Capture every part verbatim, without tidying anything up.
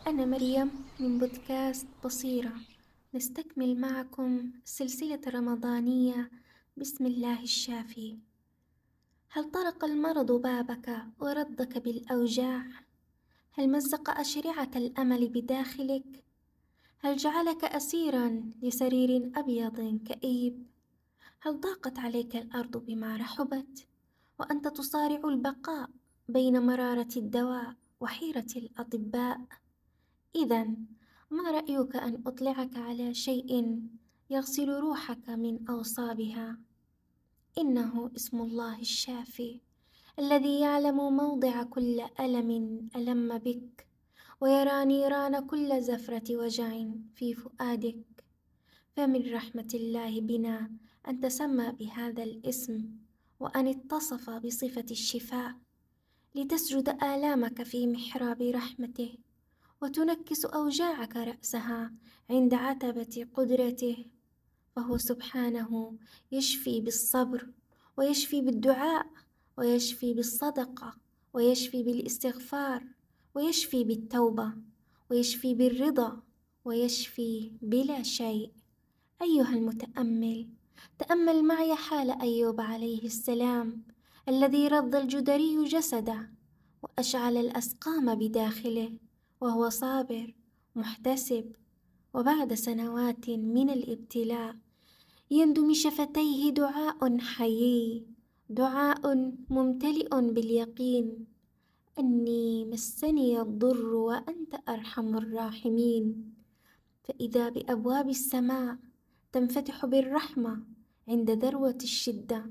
أنا مريم من بودكاست بصيرة. نستكمل معكم سلسلة رمضانية بسم الله الشافي. هل طرق المرض بابك وردك بالأوجاع؟ هل مزق أشرعة الأمل بداخلك؟ هل جعلك أسيرا لسرير أبيض كئيب؟ هل ضاقت عليك الأرض بما رحبت وأنت تصارع البقاء بين مرارة الدواء وحيرة الأطباء؟ إذن ما رأيك أن أطلعك على شيء يغسل روحك من أوصابها؟ إنه اسم الله الشافي الذي يعلم موضع كل ألم ألم بك، ويرى نيران كل زفرة وجع في فؤادك. فمن رحمة الله بنا أن تسمى بهذا الاسم، وأن اتصف بصفة الشفاء، لتسجد آلامك في محراب رحمته، وتنكس أوجاعك رأسها عند عتبة قدرته. فهو سبحانه يشفي بالصبر، ويشفي بالدعاء، ويشفي بالصدقة، ويشفي بالاستغفار، ويشفي بالتوبة، ويشفي بالرضا، ويشفي بلا شيء. أيها المتأمل، تأمل معي حال أيوب عليه السلام الذي رض الجدري جسده وأشعل الأسقام بداخله وهو صابر محتسب، وبعد سنوات من الابتلاء يندم شفتيه دعاء حيي، دعاء ممتلئ باليقين: أني مسني الضر وأنت أرحم الراحمين. فإذا بأبواب السماء تنفتح بالرحمة عند ذروة الشدة،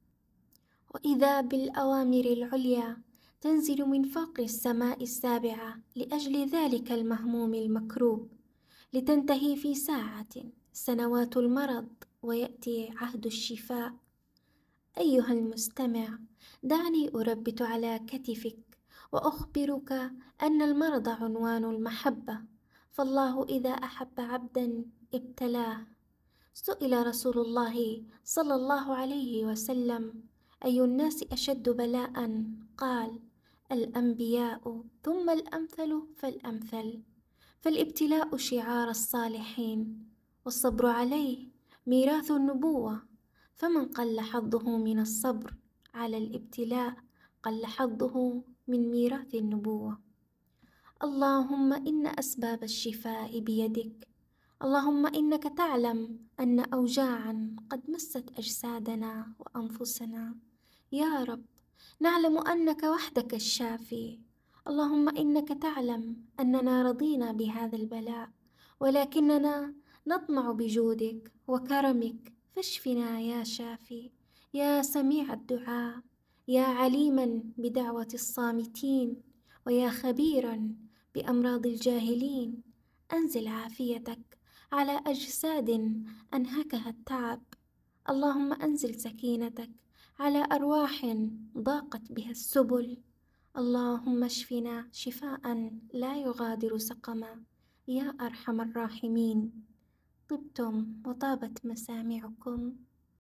وإذا بالأوامر العليا تنزل من فوق السماء السابعة لأجل ذلك المهموم المكروب، لتنتهي في ساعة سنوات المرض ويأتي عهد الشفاء. أيها المستمع، دعني أربت على كتفك وأخبرك أن المرض عنوان المحبة، فالله إذا أحب عبدا ابتلاه. سئل رسول الله صلى الله عليه وسلم: أي الناس أشد بلاء؟ قال: الأنبياء ثم الأمثل فالأمثل. فالابتلاء شعار الصالحين، والصبر عليه ميراث النبوة. فمن قل حظه من الصبر على الابتلاء قل حظه من ميراث النبوة. اللهم إن أسباب الشفاء بيدك. اللهم إنك تعلم أن أوجاعا قد مست أجسادنا وأنفسنا. يا رب، نعلم أنك وحدك الشافي. اللهم إنك تعلم أننا رضينا بهذا البلاء، ولكننا نطمع بجودك وكرمك، فاشفنا يا شافي، يا سميع الدعاء، يا عليما بدعوة الصامتين، ويا خبيرا بأمراض الجاهلين. أنزل عافيتك على أجساد أنهكها التعب. اللهم أنزل سكينتك على أرواح ضاقت بها السبل. اللهم اشفنا شفاء لا يغادر سقما يا أرحم الراحمين. طبتم وطابت مسامعكم.